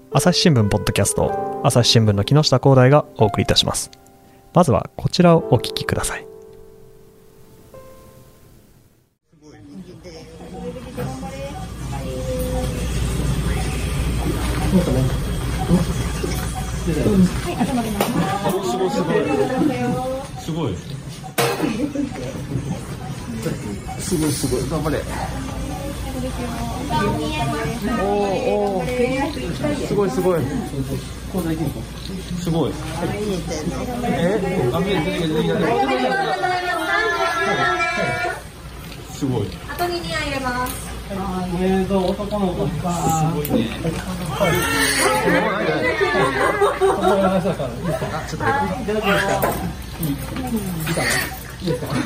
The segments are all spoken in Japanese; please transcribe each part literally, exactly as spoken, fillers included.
朝日新聞ポッドキャスト、朝日新聞の木下光大がお送りいたします。まずはこちらをお聞きください。 すごいすごいすごい頑張れ。おーおーすごいすごいすごい。えあ見えてる見えてるすごい。 あとにに入れます。 えーと男の子かすごいね。はいあ、ちょっといただきますか。いいかないいですか。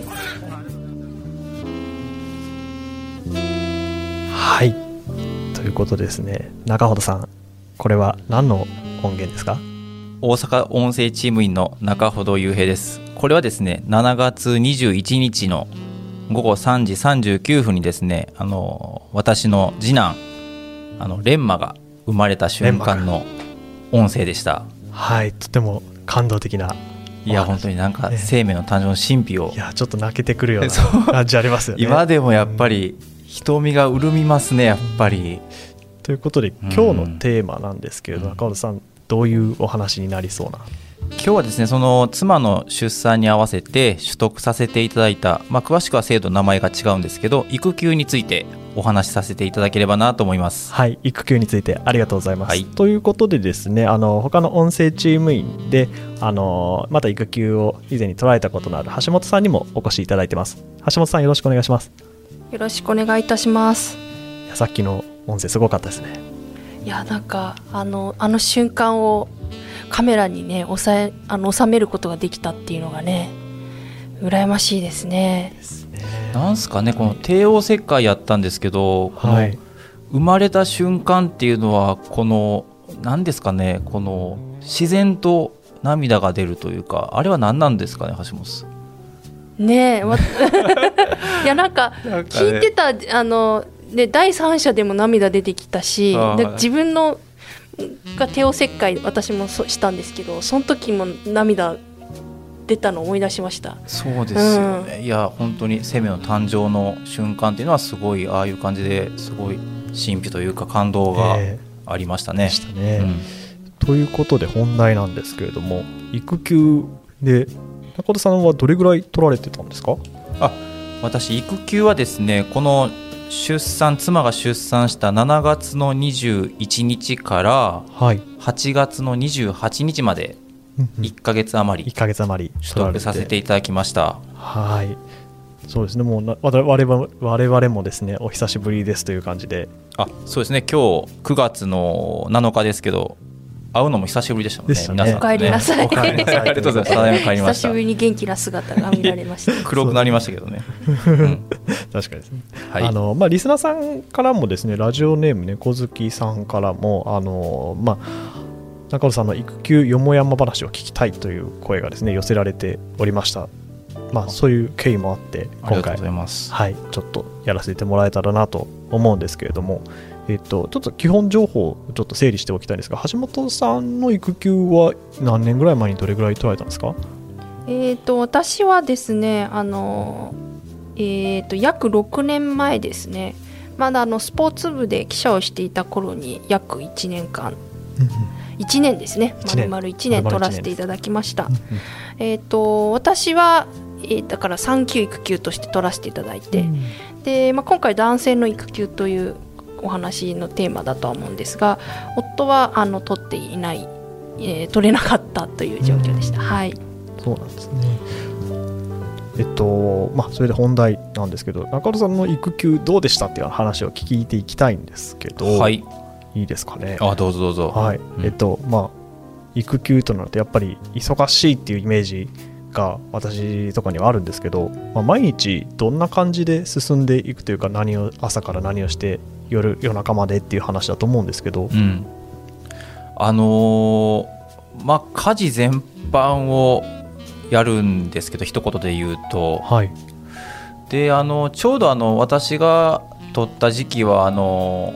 はい、ということですね。中穂さん、これは何の音源ですか？ 大阪音声チーム員の中穂雄平です。これはですね、しちがつにじゅういちにちのごごさんじさんじゅうきゅうふんにですね、あの私の次男あのレンマが生まれた瞬間の音声でした。 はい、とても感動的な。 いや本当になんか生命の誕生の神秘を、 いやちょっと泣けてくるような感じありますよね。 今でもやっぱり瞳が潤みますね、やっぱり。 ということで今日のテーマなんですけれど、うん、中尾さんどういうお話になりそうな。 今日はですね、その妻の出産に合わせて取得させていただいた、まあ、詳しくは制度の名前が違うんですけど、育休についてお話しさせていただければなと思います。 はい、育休についてありがとうございます、 はい、 ということでですね、あの他の音声チーム員であのまた育休を以前に取られたことのある橋本さんにもお越しいただいてます。橋本さん、よろしくお願いします。 よろしくお願いいたします。 いやさっきの音声すごかったですね。 いやなんかあのあの瞬間をカメラにね収えあの収めることができたっていうのがね羨ましいですね。 ですね。 なんすかね、この帝王切開やったんですけど、この生まれた瞬間っていうのはこの何ですかね、この自然と涙が出るというか、あれは何なんですかね、橋本さん。 ねえいやなんか聞いてた、ね、あので第三者でも涙出てきたし、で自分のが帝王切開私もしたんですけど、その時も涙出たのを思い出しました。 そうですよね、うん、いや本当に生命の誕生の瞬間っていうのはすごいああいう感じですごい神秘というか感動がありましたね。 えー、でしたね、うん、ということで本題なんですけれども、育休で中田さんはどれぐらい取られてたんですか？ あ、私育休はですね、この出産妻が出産したしちがつのにじゅういちにちからはちがつのにじゅうはちにちまでいっかげつ余り取得させていただきました。 はい、そうですね。もう我々、我々もですねお久しぶりですという感じで。 あ、そうですね、今日くがつのなのかですけど会うのも久しぶりでしたもんね。皆さん、ね、 お帰りなさい。 お帰りなさい。ありがとうございます。ただいま帰りました。 久しぶりに元気な姿が見られました黒くなりましたけどね、うん、 確かにですね、はい、あのまあ、リスナーさんからもですね、ラジオネーム猫好きさんからもあの、まあ、中尾さんの育休よもやま話を聞きたいという声がですね寄せられておりました。まあ、そういう経緯もあって今回、はい、ちょっとやらせてもらえたらなと思うんですけれども、えっと、ちょっと基本情報をちょっと整理しておきたいんですが、橋本さんの育休は何年ぐらい前にどれぐらい取られたんですか？ えー、と私はですね、あの、えー、と約ろくねんまえですね。まだあのスポーツ部で記者をしていた頃に約いちねんかん、いちねんですね、丸々いちねん取らせていただきました。えー、と私は、えー、だから産休育休として取らせていただいて、で、まあ、今回男性の育休というお話のテーマだとは思うんですが、夫はあの取っていない、えー、取れなかったという状況でした。はい、 そうなんですね。えっとまあ、それで本題なんですけど、中野さんの育休どうでしたっていう話を聞いていきたいんですけど、 はい、 いいですかね。 あ、どうぞどうぞ。 はい、 うん、 えっとまあ、育休となるとやっぱり忙しいっていうイメージが私とかにはあるんですけど、まあ、毎日どんな感じで進んでいくというか、何を朝から何をして夜夜中までっていう話だと思うんですけど、うん、 あのー、まあ家事全般をやるんですけど、一言で言うと、 はい、 であのちょうどあの私が取った時期はあの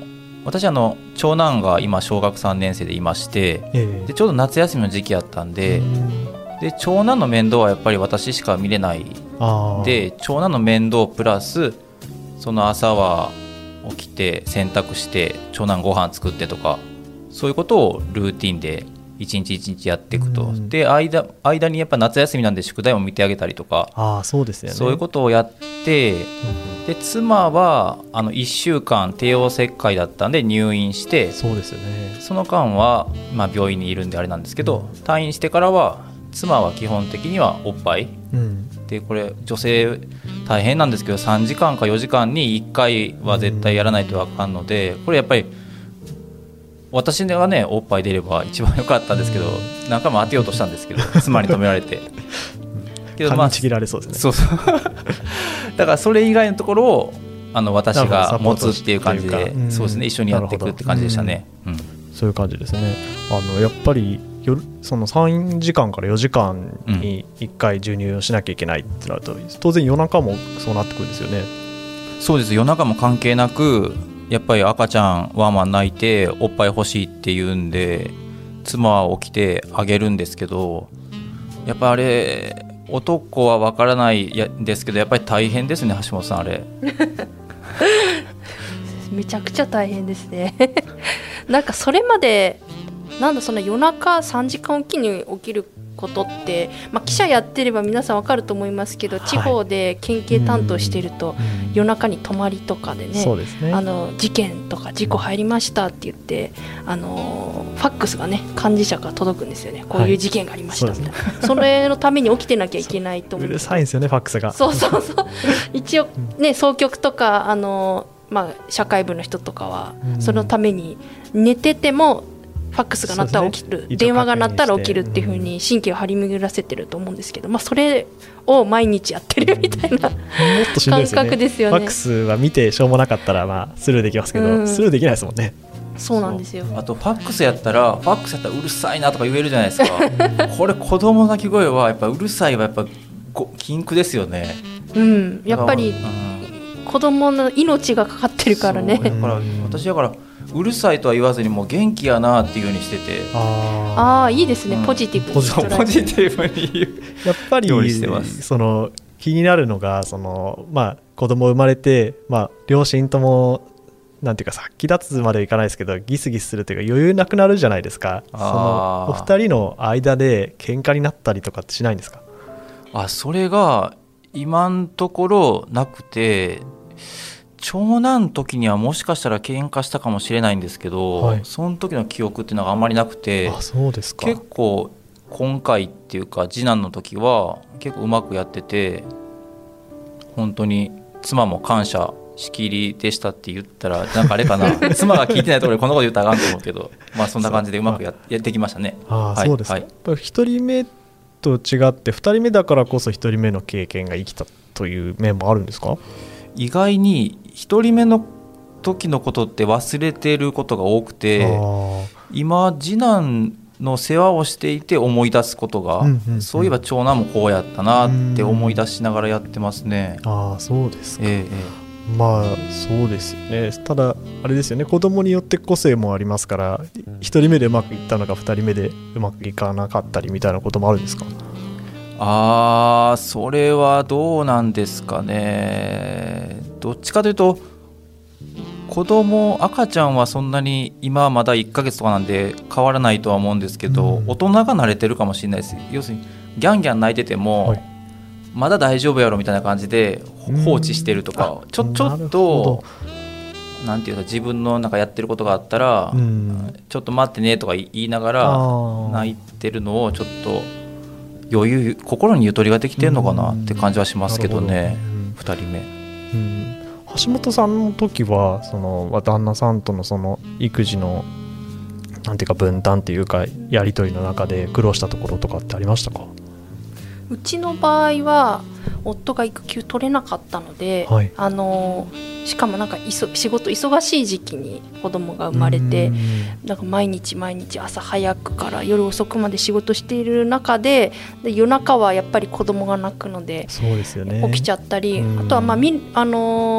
私あの長男が今小学さんねん生でいまして、えー、でちょうど夏休みの時期やったんで、で長男の面倒はやっぱり私しか見れないで、長男の面倒プラスその朝は起きて洗濯して長男ご飯作ってとか、そういうことをルーティンで一日一日やっていくと。で 間, 間にやっぱ夏休みなんで宿題も見てあげたりとか、 あそうですよね、 そういうことをやって、で妻はあのいっしゅうかん帝王切開だったんで入院して、 そうですよね、 その間は、まあ、病院にいるんであれなんですけど、退院してからは妻は基本的にはおっぱい、うん、でこれ女性大変なんですけどさんじかんかよじかんにいっかいは絶対やらないとあかんので、これやっぱり私がねおっぱい出れば一番良かったんですけど、何回も当てようとしたんですけど妻に止められてけど、まあ、噛みちぎられそうですね。 そうそうだからそれ以外のところをあの私が持つっていう感じで、うん、そうですね、一緒にやっていくって感じでしたね、うんうん、 そういう感じですね。あのやっぱりよそのさんじかんからよじかんにいっかい授乳をしなきゃいけないってなると、当然夜中もそうなってくるんですよね。 そうです、夜中も関係なくやっぱり赤ちゃんワンワン泣いておっぱい欲しいって言うんで妻は起きてあげるんですけど、やっぱあれ男は分からないんですけどやっぱり大変ですね、橋本さんあれめちゃくちゃ大変ですねなんかそれまでなんだその夜中さんじかんおきに起きることって、まあ、記者やってれば皆さん分かると思いますけど、はい、地方で県警担当していると夜中に泊まりとかで ね, そうですね、あの事件とか事故入りましたって言ってあのファックスがね幹事社から届くんですよね、こういう事件がありましたみたいな、はい、そ, それのために起きてなきゃいけないと思う。 うるさいんですよねファックスが。 そうそうそう一応ね総局とかあの、まあ、社会部の人とかはそのために寝ててもファックスが鳴ったら起きる、ね、電話が鳴ったら起きるっていう風に神経を張り巡らせてると思うんですけど、まあ、それを毎日やってるみたいな感覚ですよね。 ファックスは見てしょうもなかったらまあスルーできますけど、うん、スルーできないですもんね。 そうなんですよ。 あとファックスやったらファックスやったらうるさいなとか言えるじゃないですかこれ子供の泣き声はやっぱうるさいはやっぱ禁句ですよね。 うん、やっぱり、うん、子供の命がかかってるからね。 だから私だからうるさいとは言わずにもう元気やなっていう風にしてて、 ああいいですね、うん、ポジティブにポジティブに言うやっぱりその気になるのがその、まあ、子供生まれて、まあ、両親ともなんていうか先立つまではいかないですけどギスギスするというか余裕なくなるじゃないですか。そのお二人の間で喧嘩になったりとかってしないんですか？ あそれが今のところなくて、長男の時にはもしかしたら喧嘩したかもしれないんですけど、はい、その時の記憶っていうのがあんまりなくて、 あそうですか。 結構今回っていうか次男の時は結構うまくやってて、本当に妻も感謝しきりでしたって言ったらなんかあれかな妻が聞いてないところでこのこと言ったらあかんと思うけどまあそんな感じでうまく や, やってきましたね。 あ、はい、そうですか、はい、やっぱりひとりめと違ってふたりめだからこそひとりめの経験が生きたという面もあるんですか？ 意外にひとりめの時のことって忘れてることが多くて、今次男の世話をしていて思い出すことが、うんうんうん、そういえば長男もこうやったなって思い出しながらやってますね。 ああそうですか、 ええ、 まあそうですよね。ただあれですよね、子供によって個性もありますから、ひとりめでうまくいったのかふたりめでうまくいかなかったりみたいなこともあるんですか？ あーそれはどうなんですかね。どっちかというと子供赤ちゃんはそんなに今はまだいっかげつとかなんで変わらないとは思うんですけど、うん、大人が慣れてるかもしれないです。要するにギャンギャン泣いてても、はい、まだ大丈夫やろみたいな感じで放置してるとか、うん、ちょ、ちょっとなんていうか自分のなんかやってることがあったら、うん、ちょっと待ってねとか言いながら泣いてるのをちょっと余裕心にゆとりができてるのかなって感じはしますけどね、うん、ふたりめ、うん、 橋本さんの時はその旦那さんとのその育児のなんていうか分担っていうかやり取りの中で苦労したところとかってありましたか？ うちの場合は夫が育休取れなかったので、はい、あのしかもなんかいそ仕事忙しい時期に子供が生まれて、だから毎日毎日朝早くから夜遅くまで仕事している中 で, で夜中はやっぱり子供が泣くので、 そうですよね、 起きちゃったり、あとは、まあ、みあの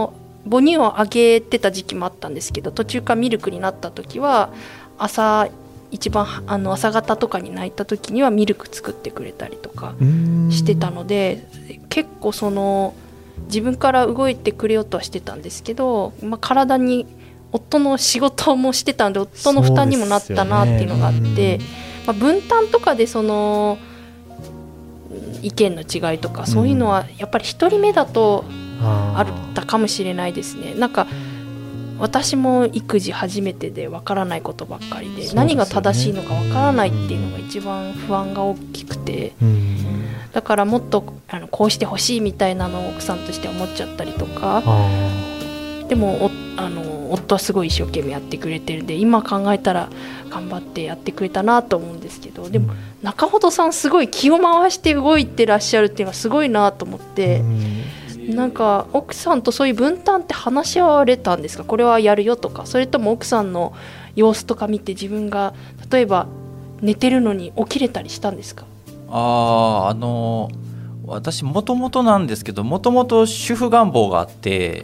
母乳をあげてた時期もあったんですけど、途中からミルクになった時は朝一番あの朝方とかに泣いた時にはミルク作ってくれたりとかしてたので、結構その自分から動いてくれようとはしてたんですけど、まあ、体に夫の仕事もしてたので夫の負担にもなったなっていうのがあって、まあ、分担とかでその意見の違いとかそういうのはやっぱり一人目だとあったかもしれないですね。なんか私も育児初めてでわからないことばっかりで、何が正しいのかわからないっていうのが一番不安が大きくて、だからもっとあのこうしてほしいみたいなのを奥さんとして思っちゃったりとか、でもおあの夫はすごい一生懸命やってくれてるんで、今考えたら頑張ってやってくれたなと思うんですけど、でも中ほどさんすごい気を回して動いてらっしゃるっていうのがすごいなと思って、なんか奥さんとそういう分担って話し合われたんですか？これはやるよとか、それとも奥さんの様子とか見て自分が例えば寝てるのに起きれたりしたんですか？ あああの私もともとなんですけど、もともと主婦願望があって、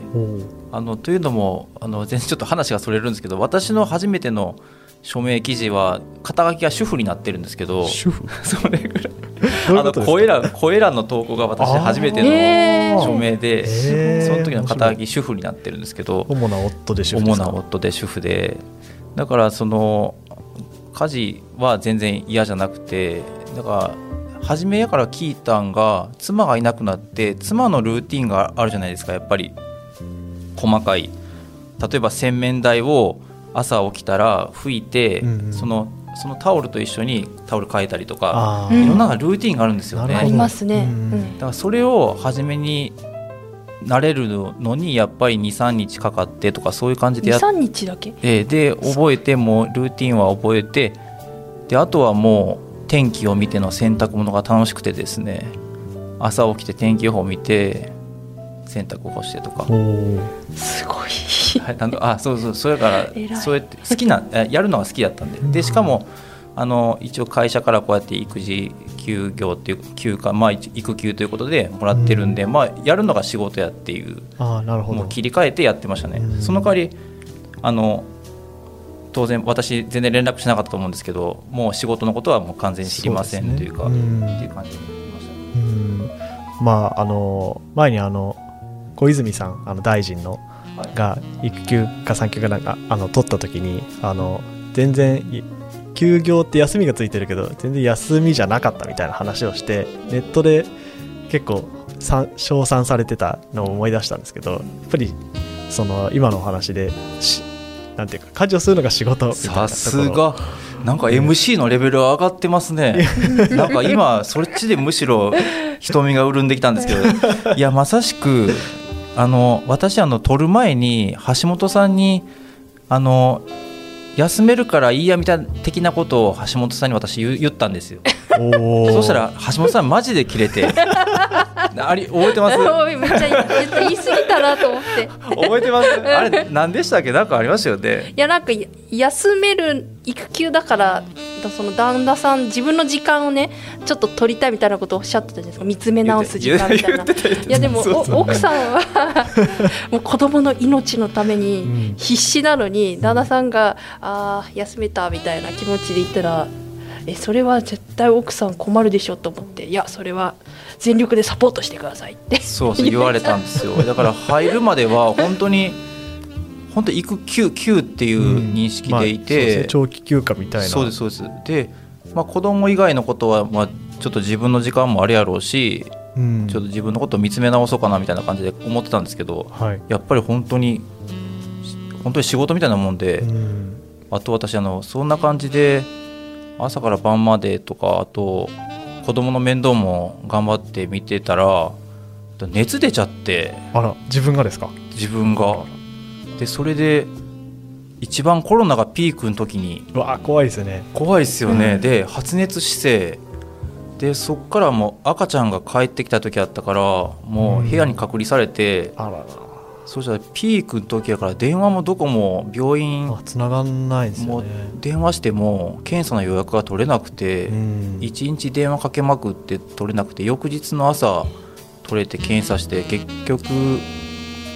あのというのもあの全然ちょっと話がそれるんですけど、私の初めての署名記事は肩書きが主婦になってるんですけど、 主婦それぐらいあの声欄声欄の投稿が私初めての署名で、その時の肩書き主婦になってるんですけど、 主な夫で主婦ですか？ 主な夫で主婦で、だからその家事は全然嫌じゃなくて、だから初めやから聞いたんが、妻がいなくなって妻のルーティンがあるじゃないですか。やっぱり細かい、例えば洗面台を朝起きたら拭いて、うんうん、そのそのタオルと一緒にタオル変えたりとか、いろんなルーティンがあるんですよね。 ありますね、うん、 だからそれを初めに慣れるのにやっぱり にさんにちかかってとか、そういう感じでやっにさんにちだけ、 えー、で覚えて、もうルーティンは覚えて、であとはもう天気を見ての洗濯物が楽しくてですね、朝起きて天気予報を見て洗濯を干してとか、 すごい、 はい、あそうそう、それからそうやって好きなやるのが好きだったんで、でしかもあの一応会社からこうやって育児休業っていう休暇、まあ、育休ということでもらってるんで、まあ、やるのが仕事やっていう、 あ、なるほど、 もう切り替えてやってましたね。その代わりあの当然私全然連絡しなかったと思うんですけど、もう仕事のことはもう完全に知りませんというか、っていう感じで言いましたね。 うん、まああの前にあの小泉さん、あの大臣のが育休か産休かなんかあの取った時に、あの全然休業って休みがついてるけど全然休みじゃなかったみたいな話をして、ネットで結構称賛されてたのを思い出したんですけど、やっぱりその今のお話でなんていうか、家事をするのが仕事みたいなところ。 さすが、なんか エムシー のレベル上がってますね。なんか今そっちでむしろ瞳が潤んできたんですけど、いやまさしくあの私あの撮る前に橋本さんにあの休めるからいいやみたいな的なことを橋本さんに私 言, 言ったんですよ。おそしたら橋本さんマジでキレてあり覚えてます？ めっちゃ言い過ぎたなと思って覚えてます？あれ何でしたっけ？なんかありましたよね。 いやなんか休める育休だからその旦那さん自分の時間をねちょっと取りたいみたいなことをおっしゃってたじゃないですか。見つめ直す時間みたいな。いやでもそうそう、ね、奥さんはもう子供の命のために必死なのに、うん、旦那さんがあ休めたみたいな気持ちで言ったら、えそれは絶対奥さん困るでしょと思って、いやそれは全力でサポートしてくださいってそうそう言われたんですよ。だから入るまでは本当に本当育休休っていう認識でいて、うんまあね、 長期休暇みたいな。 そうですそうです。で、まあ、子供以外のことは、まあ、ちょっと自分の時間もあるやろうし、うん、ちょっと自分のことを見つめ直そうかなみたいな感じで思ってたんですけど、はい、やっぱり本当に本当に仕事みたいなもんで、うん、あと私あのそんな感じで朝から晩までとか、あと子供の面倒も頑張って見てたら熱出ちゃって。 あら、自分がですか？ 自分がで、それで一番コロナがピークの時に、 うわ怖いですよね。 怖いですよね、うん、で発熱してでそっからもう赤ちゃんが帰ってきた時あったからもう部屋に隔離されて、うん、あららそうしたらピークの時やから電話もどこも病院つながんないですよね。 もう電話しても検査の予約が取れなくて、うん、いちにち電話かけまくって取れなくて、翌日の朝取れて検査して結局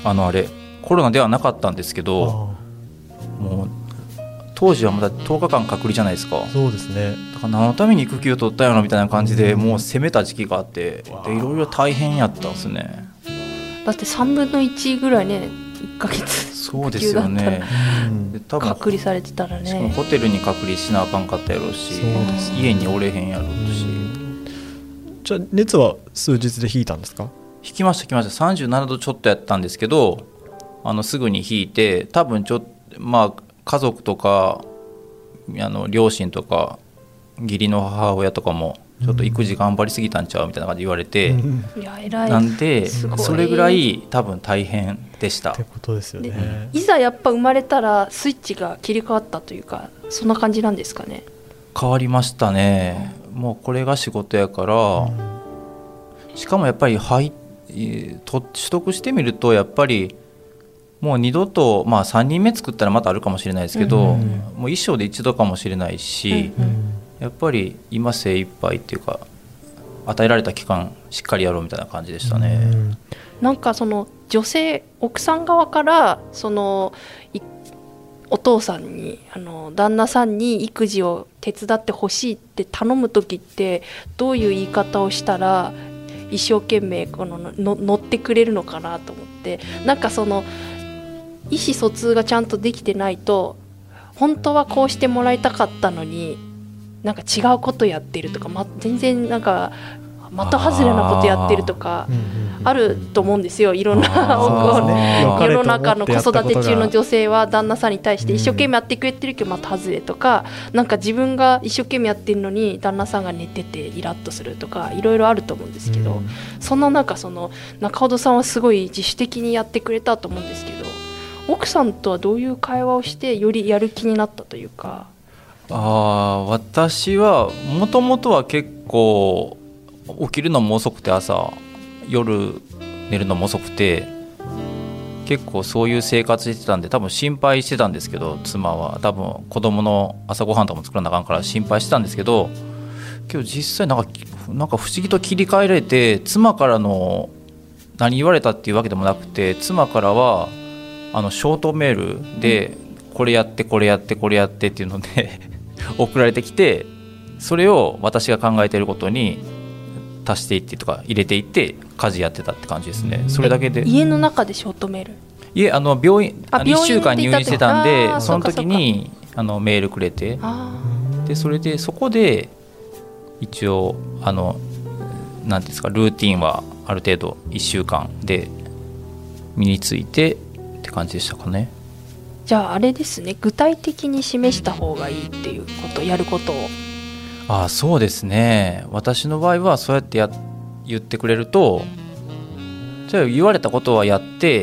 あのあれコロナではなかったんですけど、もう当時はまだとおかかん隔離じゃないですか。 そうですね。 だから何のために育休取ったよなみたいな感じで、うん、もう攻めた時期があって、でいろいろ大変やったんですね。 だってさんぶんのいちぐらいね、いっかげつそうですよね。 で多分隔離されてたらね、 しかもホテルに隔離しなあかんかったやろうし、家におれへんやろうし。 じゃあ熱は数日で引いたんですか？ 引きました引きました。さんじゅうななどちょっとやったんですけど、あのすぐに引いて、多分ちょっとまあ家族とかあの両親とか義理の母親とかもちょっと育児頑張りすぎたんちゃうみたいな感じで言われて、うん、 いや偉い。 なんでそれぐらい多分大変でしたってことですよね。 いざやっぱ生まれたらスイッチが切り替わったというか、そんな感じなんですかね？ 変わりましたね。もうこれが仕事やから、うん、しかもやっぱり入と取得してみるとやっぱりもう二度と、まあ、さんにんめ作ったらまたあるかもしれないですけど、うんうん、もう一生で一度かもしれないし、うんうん、やっぱり今精一杯っていうか与えられた期間しっかりやろうみたいな感じでしたね。うん、 なんかその女性奥さん側からそのお父さんにあの旦那さんに育児を手伝ってほしいって頼む時ってどういう言い方をしたら一生懸命このの乗ってくれるのかなと思って、なんかその意思疎通がちゃんとできてないと、本当はこうしてもらいたかったのになんか違うことやってるとか、ま、全然なんか的外れなことやってるとかあると思うんですよ。いろんな世の中の子育て中の女性は旦那さんに対して一生懸命やってくれてるけど的外れとか、なんか自分が一生懸命やってるのに旦那さんが寝ててイラッとするとかいろいろあると思うんですけど、そんな中その中程さんはすごい自主的にやってくれたと思うんですけど、奥さんとはどういう会話をしてよりやる気になったというか？ あ、私はもともとは結構起きるのも遅くて、朝夜寝るのも遅くて結構そういう生活してたんで、多分心配してたんですけど、妻は多分子供の朝ごはんとかも作らなあかんから心配してたんですけど、今日実際なんかなんか不思議と切り替えられて、妻からの何言われたっていうわけでもなくて、妻からはあのショートメールでこれやってこれやってこれやってっていうので送られてきて、それを私が考えていることに足していってとか入れていって家事やってたって感じですね。それだけで。 家の中でショートメール？ いえ、あの病院あのいっしゅうかん入院してたんで、その時にあのメールくれて、でそれでそこで一応あのなんですか、ルーティンはある程度いっしゅうかんで身についてって感じでしたかね。 じゃああれですね、具体的に示した方がいいっていうこと、やることを。 ああ、そうですね。私の場合はそうやってや言ってくれると、じゃあ言われたことはやって、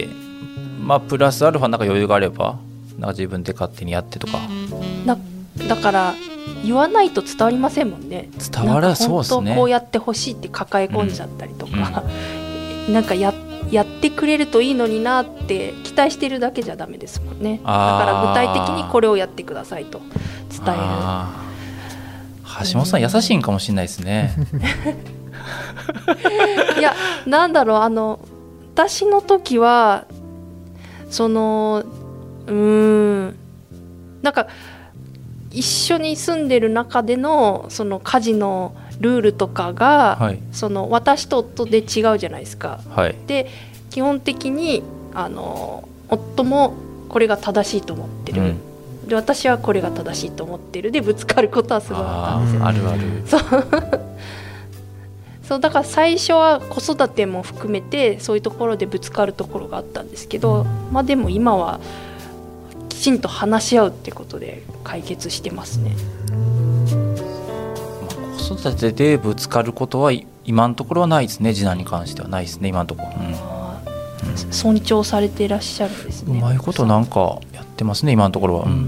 まあプラスアルファなんか余裕があればなんか自分で勝手にやってとか。 だ, だから言わないと伝わりませんもんね。 伝わらそうですね。 本当こうやってほしいって抱え込んじゃったりとか、うんうん、なんか や, やってくれるといいのになって期待してるだけじゃダメですもんね。だから具体的にこれをやってくださいと伝える。 橋本さん優しいんかもしれないですね。 いや、なんだろう、あの私の時はそのうーんなんか一緒に住んでる中でのその家事のルールとかが、はい、その私と夫で違うじゃないですか。はい、で基本的にあの夫もこれが正しいと思ってる、うんで私はこれが正しいと思ってるでぶつかることはすごいあったんですよ。 あるある。 そうそうだから最初は子育ても含めてそういうところでぶつかるところがあったんですけど、まあでも今はきちんと話し合うってことで解決してますね。 まあ、子育てでぶつかることは今のところはないですね。次男に関してはないですね今のところ、うん、 尊重されていらっしゃるんですね。 うまいことなんかやってますね今のところは。うんうん、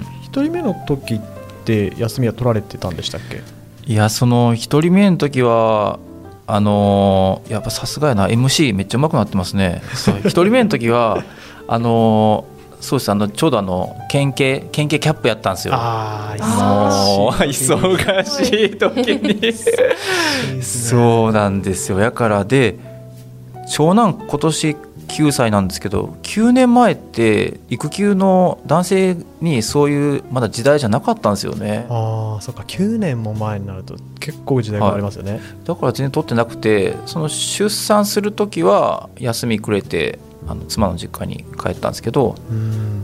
ひとりめの時って休みは取られてたんでしたっけ？ いや、そのひとりめの時はあのー、やっぱさすがやな エムシー めっちゃ上手くなってますね。ひとりめの時はあのー、そうです、あのちょうどあの県警県警キャップやったんですよ。 ああ忙しい時にそうなんですよ。やからで長男今年きゅうさいなんですけど、きゅうねんまえって育休の男性にそういうまだ時代じゃなかったんですよね。 ああ、そっか、きゅうねんも前になると結構時代がありますよね、はい、 だから全然取ってなくて、その出産するときは休みくれてあの妻の実家に帰ったんですけど、うん、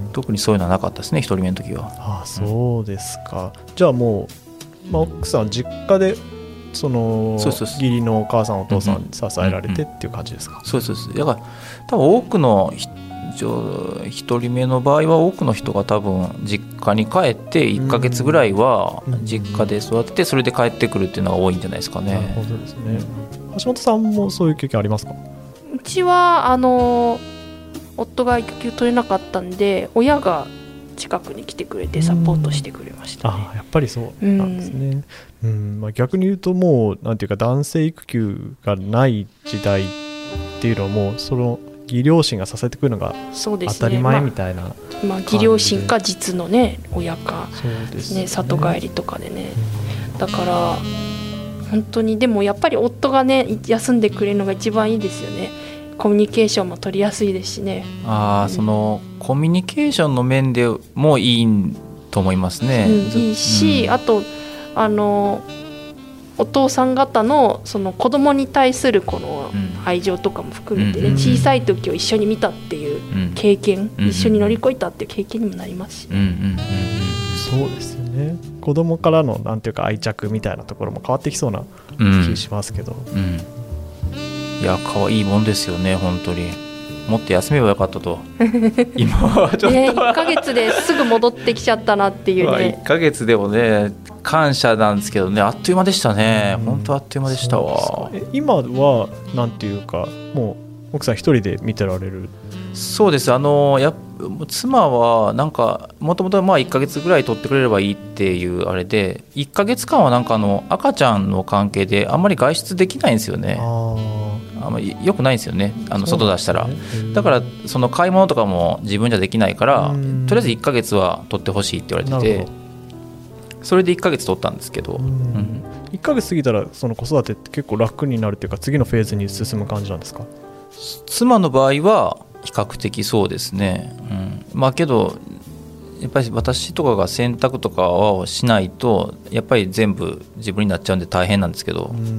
特にそういうのはなかったですね、一人目の時は。 ああ、そうですか、うん、じゃあもう、まあ、奥さん実家でその義理のお母さんお父さんに支えられてっていう感じですか。 そうですそうです。だから多分多くの一人目の場合は多くの人が多分実家に帰っていっかげつぐらいは実家で育てて、それで帰ってくるっていうのが多いんじゃないですかね。 なるほどですね。橋本さんもそういう経験ありますか？ うちはあの夫が育休取れなかったんで、親が近くに来てくれてサポートしてくれましたね。 あ、やっぱりそうなんですね、うんうんまあ、逆に言うともうなんていうか、男性育休がない時代っていうのはもうその義両親が支えてくるのが当たり前みたいな、 まあまあ、義両親か実のね親か、そうですね、里帰りとかでね、うん、だから本当に、でもやっぱり夫がね休んでくれるのが一番いいですよね。コミュニケーションも取りやすいですしね。 あ、うん、そのコミュニケーションの面でもいいと思いますね、うん、 いいし、うん、あとあのお父さん方のその子供に対するこの愛情とかも含めてね、うん、小さい時を一緒に見たっていう経験、うん、一緒に乗り越えたっていう経験にもなりますし、ね、うんうんうんうん、 そうですよね。子供からのなんていうか愛着みたいなところも変わってきそうな気しますけど、うんうんいや、かわいいもんですよね、本当に。もっと休めばよかったと今はちょっと、ね、 いっかげつですぐ戻ってきちゃったなっていうね。 いっかげつでもね感謝なんですけどね、あっという間でしたね、うん、本当あっという間でしたわ。 え今はなんていうか、もう奥さん一人で見てられる？ そうです。あのや妻はなんかもともとまあいっかげつぐらい取ってくれればいいっていうあれで、いっかげつかんはなんかあの赤ちゃんの関係であんまり外出できないんですよね。ああんまり良くないんですよね、あの外出したら、ね、だからその買い物とかも自分じゃできないから、とりあえずいっかげつは取ってほしいって言われてて、それでいっかげつ取ったんですけど、うん、 いっかげつ過ぎたらその子育てって結構楽になるっていうか、次のフェーズに進む感じなんですか？ 妻の場合は比較的そうですね、うん、まあけどやっぱり私とかが洗濯とかをしないとやっぱり全部自分になっちゃうんで大変なんですけど、うん、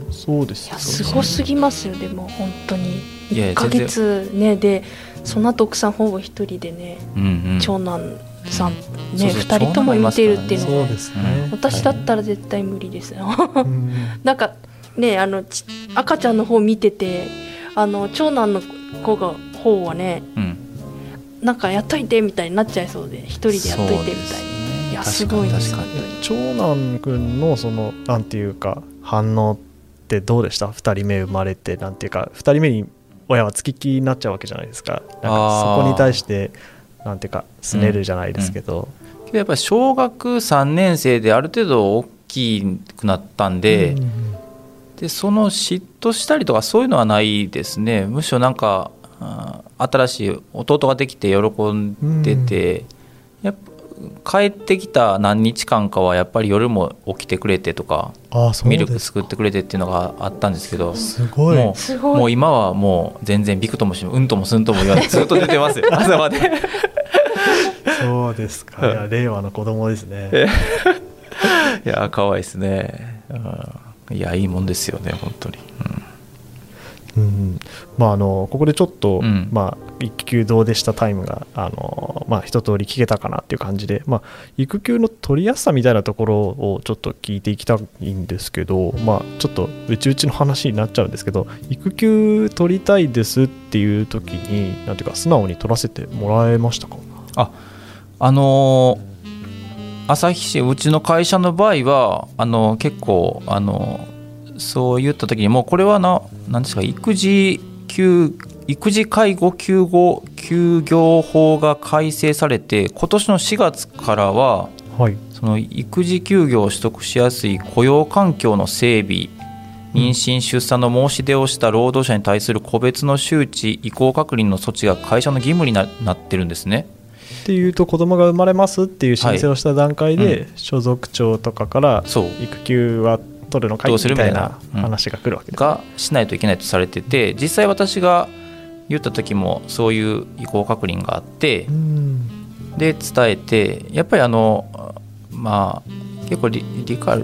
そうですよね。 いやすごすぎますよ。でも本当にいっかげつねで、その後奥さんほぼ一人でね、うんうん、長男さんねふたりとも見てるっていうのは、そうですね、私だったら絶対無理ですよ、うん、なんかね、あの赤ちゃんの方見てて、あの長男の子が方はね、うん、なんかやっといてみたいになっちゃいそうで、一人でやっといてみたいに、いやすごいです。 長男くんのそのなんていうか反応ってどうでした？ふたりめ生まれて、なんていうかふたりめに親はつきっきりになっちゃうわけじゃないですか。なんかそこに対してなんていうかすねるじゃないですけど、 うんうん、やっぱり小学さんねん生である程度大きくなったんで、うんうん、でその嫉妬したりとかそういうのはないですね。むしろなんか新しい弟ができて喜んでて、うん、やっぱ帰ってきた何日間かはやっぱり夜も起きてくれてとか、ミルク作ってくれてっていうのがあったんですけど、 すごいもう、もう今はもう全然びくともしうんともすんとも言わないずっと寝てますよ朝までそうですか。いや令和の子供ですねいや可愛いですね。いやいいもんですよね本当に、 うんうんまあ、あのここでちょっと、うんまあ、育休どうでしたタイムがあの、まあ、一通り聞けたかなっていう感じで、まあ、育休の取りやすさみたいなところをちょっと聞いていきたいんですけど、まあ、ちょっとうちうちの話になっちゃうんですけど、育休取りたいですっていう時になんていうか素直に取らせてもらえましたか？ あ、あのー旭市うちの会社の場合はあの結構あのそう言った時にもうこれはな何ですか育児休育児介護休業休業法が改正されて、今年のしがつからは、はい、その育児休業を取得しやすい雇用環境の整備、妊娠出産の申し出をした労働者に対する個別の周知意向確認の措置が会社の義務に な, なってるんですね。 っていうと子供が生まれますっていう申請をした段階で、はいうん、所属長とかから育休は取るのかいみたいな話が来るわけです、ね、 がしないといけないとされてて、実際私が言った時もそういう意向確認があって、 うん、 で伝えて、やっぱりあのまあ結構理理解、うん、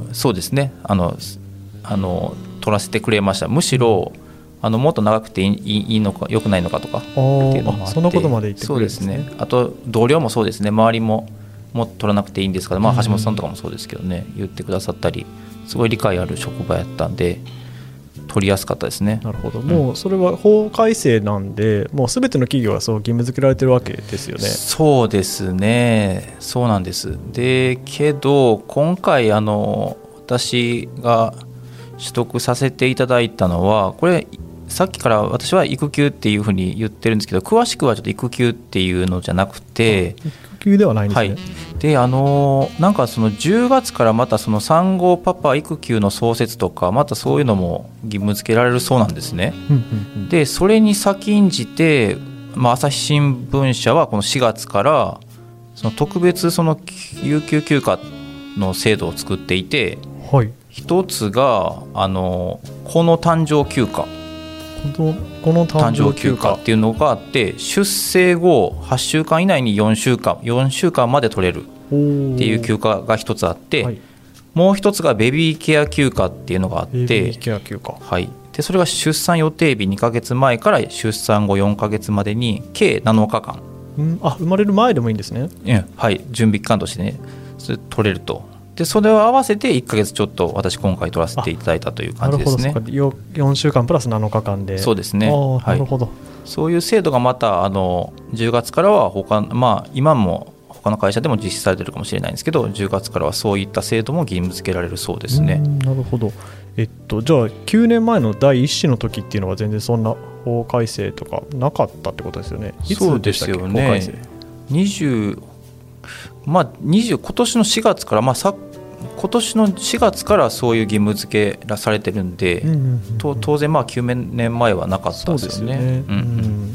そうですね、あのあの取らせてくれました。むしろあのもっと長くていい、いいのか良くないのかとかっていうのもあって、 そんなことまで言ってくれるんですね。 そうですね。あと同僚もそうですね、周りももっと取らなくていいんですか、まあ、橋本さんとかもそうですけどね、言ってくださったり、すごい理解ある職場やったんで取りやすかったですね。 なるほど。もうそれは法改正なんで、もうすべての企業がそう義務付けられてるわけですよね。 そうですね、そうなんです。でけど今回あの私が取得させていただいたのは、これさっきから私は育休っていうふうに言ってるんですけど、詳しくはちょっと育休っていうのじゃなくて、 育休ではないんですね。 はい、であのなんかそのじゅうがつからまたその産後パパ育休の創設とか、またそういうのも義務付けられるそうなんですね。 うんうんうん、 でそれに先んじて、まあ、朝日新聞社はこのしがつからその特別その有給休暇の制度を作っていて、 はい、 一つがあのこの誕生休暇この、この誕生休暇っていうのがあって、出生後はっしゅうかん以内によんしゅうかんよんしゅうかんまで取れるっていう休暇が一つあって、はい、もう一つがベビーケア休暇っていうのがあって、 ベビーケア休暇、 はい、でそれが出産予定日にかげつまえから出産後よんかげつまでに計なのかかん、 うん、あ、生まれる前でもいいんですね。 うん、はい、準備期間としてね、それ取れると。でそれを合わせていっかげつちょっと私今回取らせていただいたという感じですね。 なるほど、そうか、よんしゅうかんプラスなのかかんで。 そうですね、 あ、なるほど、はい、 そういう制度がまたあのじゅうがつからは他、まあ、今も他の会社でも実施されているかもしれないんですけど、じゅうがつからはそういった制度も義務付けられるそうですね。 うん、なるほど。えっと、じゃあきゅうねんまえのだいいっ子の時っていうのは全然そんな法改正とかなかったってことですよね。いつでしたっけ、 そうですよね。 法改正にじゅう、まあ、にじゅう今年のしがつから、まあ、さ今年のしがつからそういう義務付けされてるんで、うんうんうんうん、と当然まあきゅうねんまえはなかったですよね。そうですよね、うんうん、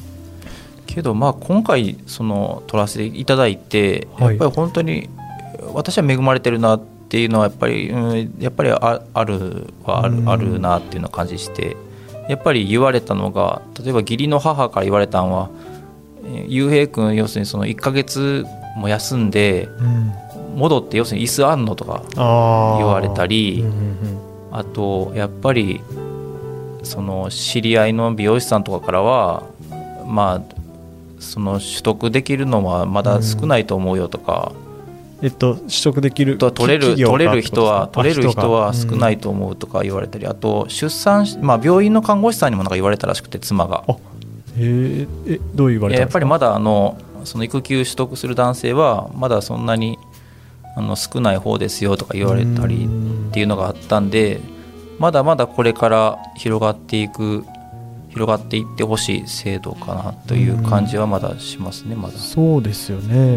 けどまあ今回その取らせていただいて、やっぱり本当に私は恵まれてるなっていうのはやっぱり、うん、やっぱり あ, あるはあ る,、うん、あるなっていうのを感じして、やっぱり言われたのが、例えば義理の母から言われたのは、ゆうへい君要するにそのいっかげつも休んで、うん戻って要するに椅子あんのとか言われたり、 あ,、うんうんうん、あとやっぱりその知り合いの美容師さんとかからは、まあその取得できるのはまだ少ないと思うよとか、 うん、えっと取得できる取れる取れる人は取れる人は少ないと思うとか言われたり、あと出産、まあ、病院の看護師さんにもなんか言われたらしくて、妻が。 あ、へえ、どう言われたんですか。 やっぱりまだあのその育休取得する男性はまだそんなにあの少ない方ですよとか言われたりっていうのがあったんで、まだまだこれから広がっていく広がっていってほしい制度かなという感じはまだしますね。まだそうですよね。うん、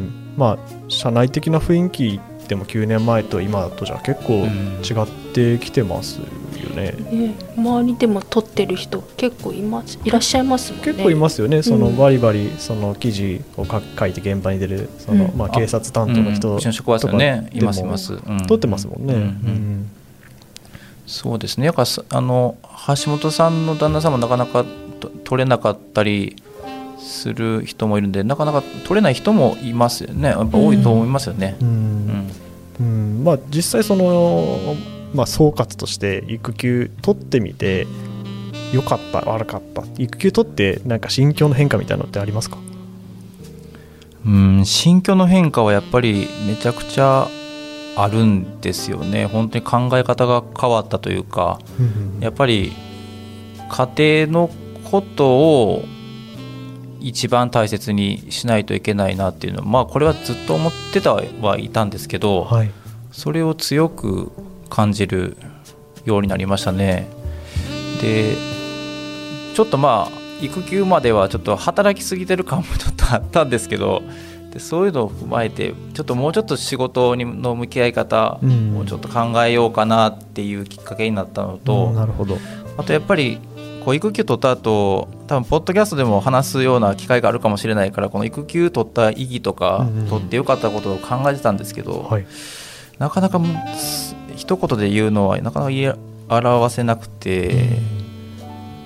まあ社内的な雰囲気でもきゅうねんまえと今とじゃ結構違ってきてますよね。 うんね、周りでも撮ってる人結構いますいらっしゃいますもんね。 結構いますよね。そのバリバリその記事を書いて現場に出るその、うんまあ、警察担当の人とか、うん、うちの職場ですよね。いますいます、うん、 撮ってますもんね。うんうんうんそうですね。やっぱあの橋本さんの旦那さんもなかなか取れなかったりする人もいるんで、なかなか取れない人もいますよね。やっぱ多いと思いますよね。うんうんうんまあ、実際その、まあ、総括として育休取ってみて良かった悪かった、育休取ってなんか心境の変化みたいなのってありますか。 うん心境の変化はやっぱりめちゃくちゃあるんですよね。本当に考え方が変わったというか、やっぱり家庭のことを一番大切にしないといけないなっていうのは、まあこれはずっと思ってたはいたんですけど、はい、それを強く感じるようになりましたね。でちょっとまあ育休まではちょっと働きすぎてる感もちょっとあったんですけど、でそういうのを踏まえてちょっともうちょっと仕事の向き合い方をちょっと考えようかなっていうきっかけになったのと、 うん、なるほど。 あとやっぱりこう育休取った後、多分ポッドキャストでも話すような機会があるかもしれないから、この育休取った意義とか、うんうん、取ってよかったことを考えてたんですけど、はい、なかなか一言で言うのはなかなか言い表せなくて、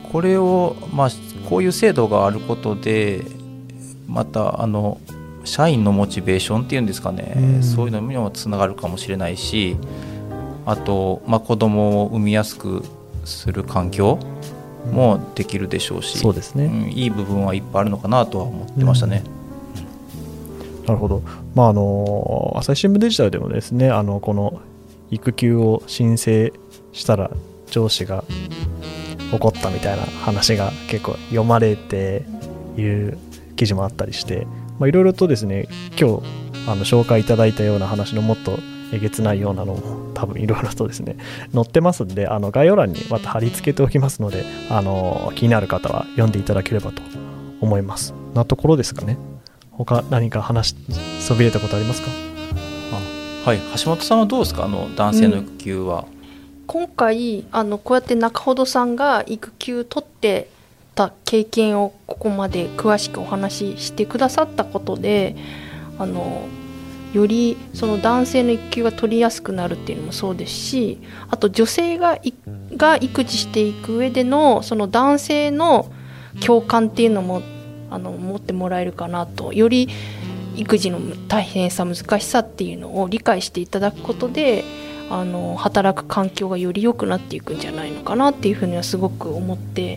これを、まあ、こういう制度があることでまたあの社員のモチベーションっていうんですかね、うん、そういうのにもつながるかもしれないし、あと、まあ、子供を産みやすくする環境もできるでしょうし、うん、そうですね、うん、いい部分はいっぱいあるのかなとは思ってましたね、 うん、なるほど、まあ、あの朝日新聞デジタルでもですね、あのこの育休を申請したら上司が怒ったみたいな話が結構読まれている記事もあったりして、まあ、いろいろとですね、今日あの紹介いただいたような話のもっとえげつないようなのも多分いろいろとですね載ってますんで、あの概要欄にまた貼り付けておきますので、あの気になる方は読んでいただければと思います。なところですかね。他何か話そびれたことありますか？ あ、はい、橋本さんはどうですか、あの男性の育休は。 うん、今回あのこうやって中ほどさんが育休取ってた経験をここまで詳しくお話ししてくださったことで、あのよりその男性の育休が取りやすくなるっていうのもそうですし、あと女性がいが育児していく上でのその男性の共感っていうのもあの持ってもらえるかなと、より育児の大変さ難しさっていうのを理解していただくことで、あの働く環境がより良くなっていくんじゃないのかなっていうふうにはすごく思って、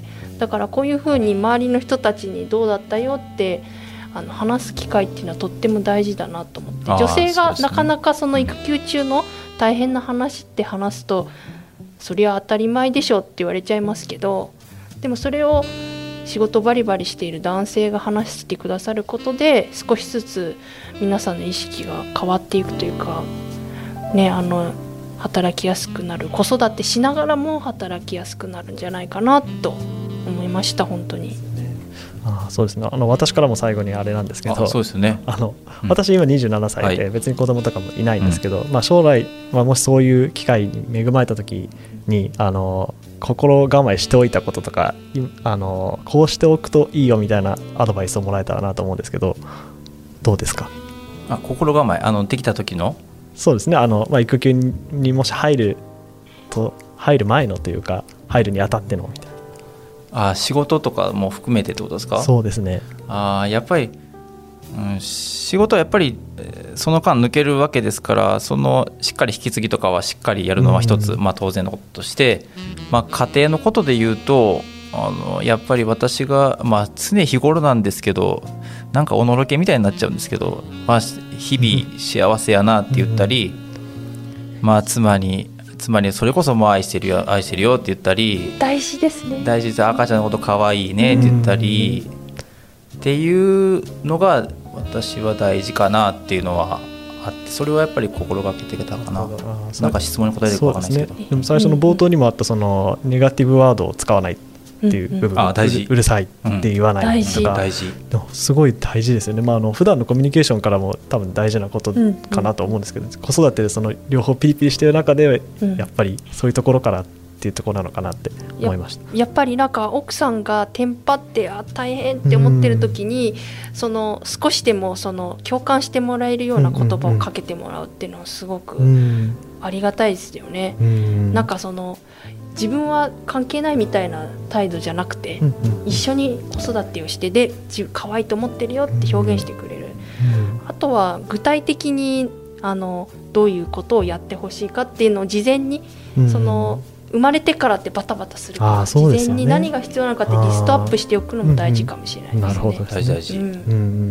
だからこういうふうに周りの人たちにどうだったよってあの話す機会っていうのはとっても大事だなと思って、女性がなかなかその育休中の大変な話って話すと、そりゃ当たり前でしょって言われちゃいますけど、でもそれを仕事バリバリしている男性が話してくださることで少しずつ皆さんの意識が変わっていくというかね、あの働きやすくなる、子育てしながらも働きやすくなるんじゃないかなと思いました。本当に。 ああ、そうですね。あの私からも最後にあれなんですけど、 あ、そうですね、 あの、うん、私今にじゅうななさいで別に子供とかもいないんですけど、はい、まあ、将来、まあ、もしそういう機会に恵まれた時にあの心構えしておいたこととか、あのこうしておくといいよみたいなアドバイスをもらえたらなと思うんですけど、どうですか？ あ、心構え、あのできた時のそうですね、あの、まあ、育休にもし入ると入る前のというか入るにあたってのみたいな。 あ、仕事とかも含めてってことですか？ そうですね。 あ、やっぱり、うん、仕事はやっぱりその間抜けるわけですから、そのしっかり引き継ぎとかはしっかりやるのは一つ、まあ、当然のこととして、まあ、家庭のことで言うとあのやっぱり私が、まあ、常日頃なんですけど、なんかおのろけみたいになっちゃうんですけど、まあ、日々幸せやなって言ったり、まあ、妻に妻にそれこそもう愛してるよ愛してるよって言ったり、 大事ですね、 大事です、赤ちゃんのこと可愛いねって言ったりっていうのが私は大事かなっていうのはあって、それはやっぱり心がけていけたかな。なんか質問に答えてるか分からないですけど、 そうですね。でも最初の冒頭にもあったそのネガティブワードを使わないっていう部分、 あ、大事、 うるさいって言わないとか、 大事、 でもすごい大事ですよね。まあ、あの普段のコミュニケーションからも多分大事なことかなと思うんですけど、うんうん、子育てでその両方ピリピリしている中でやっぱりそういうところからっていうところなのかなって思いました。 や, やっぱりなんか奥さんがテンパってあ大変って思ってる時に、その少しでもその共感してもらえるような言葉をかけてもらうっていうのはすごくありがたいですよね。うん、なんかその自分は関係ないみたいな態度じゃなくて、うんうん、一緒に子育てをしてで可愛いと思ってるよって表現してくれる、うん、あとは具体的にあのどういうことをやってほしいかっていうのを事前に、うん、その生まれてからってバタバタするから、事前に何が必要なのかってリストアップしておくのも大事かもしれないですね。 なるほど、 大事大事、うんうん、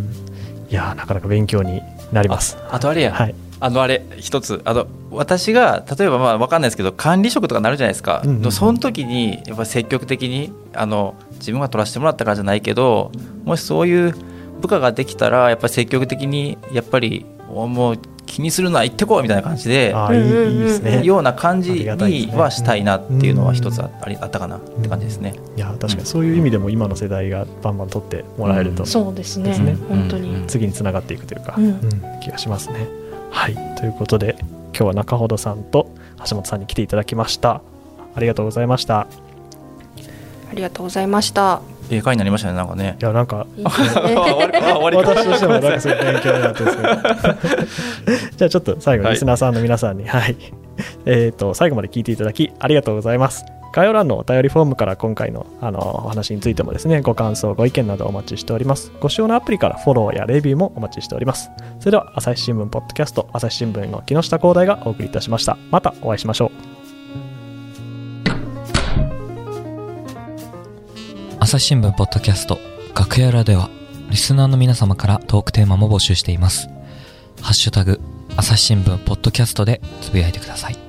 いやなかなか勉強になります。 あ, あとあれや、はい、あのあれ一つ、あの私が例えばまあ分かんないですけど管理職とかなるじゃないですか、うんうん、その時にやっぱ積極的にあの自分が取らせてもらったからじゃないけど、もしそういう部下ができたらやっぱり積極的にやっぱりもう気にするな行ってこいみたいな感じで、 あ、いいですね、 ような感じにはしたいなっていうのは一つあったかなって感じですね。 いや確かにそういう意味でも今の世代がバンバン取ってもらえると、 うん、そうですね、本当に次につながっていくというか、うんうん、気がしますね。はい、ということで今日は中ほどさんと橋本さんに来ていただきました。ありがとうございました。 ありがとうございました。 ええ回になりましたね、なんかね。 いやなんかいいですね私としてもなんかすごい勉強になってるんですけどじゃあちょっと最後リスナーさんの皆さんに、はい、はい、えーと最後まで聞いていただきありがとうございます。 概要欄のお便りフォームから今回の、あのお話についてもですね、ご感想ご意見などお待ちしております。ご使用のアプリからフォローやレビューもお待ちしております。それでは朝日新聞ポッドキャスト、朝日新聞の木下光大がお送りいたしました。またお会いしましょう。 朝日新聞ポッドキャスト楽屋裏ではリスナーの皆様からトークテーマも募集しています。ハッシュタグ朝日新聞ポッドキャストでつぶやいてください。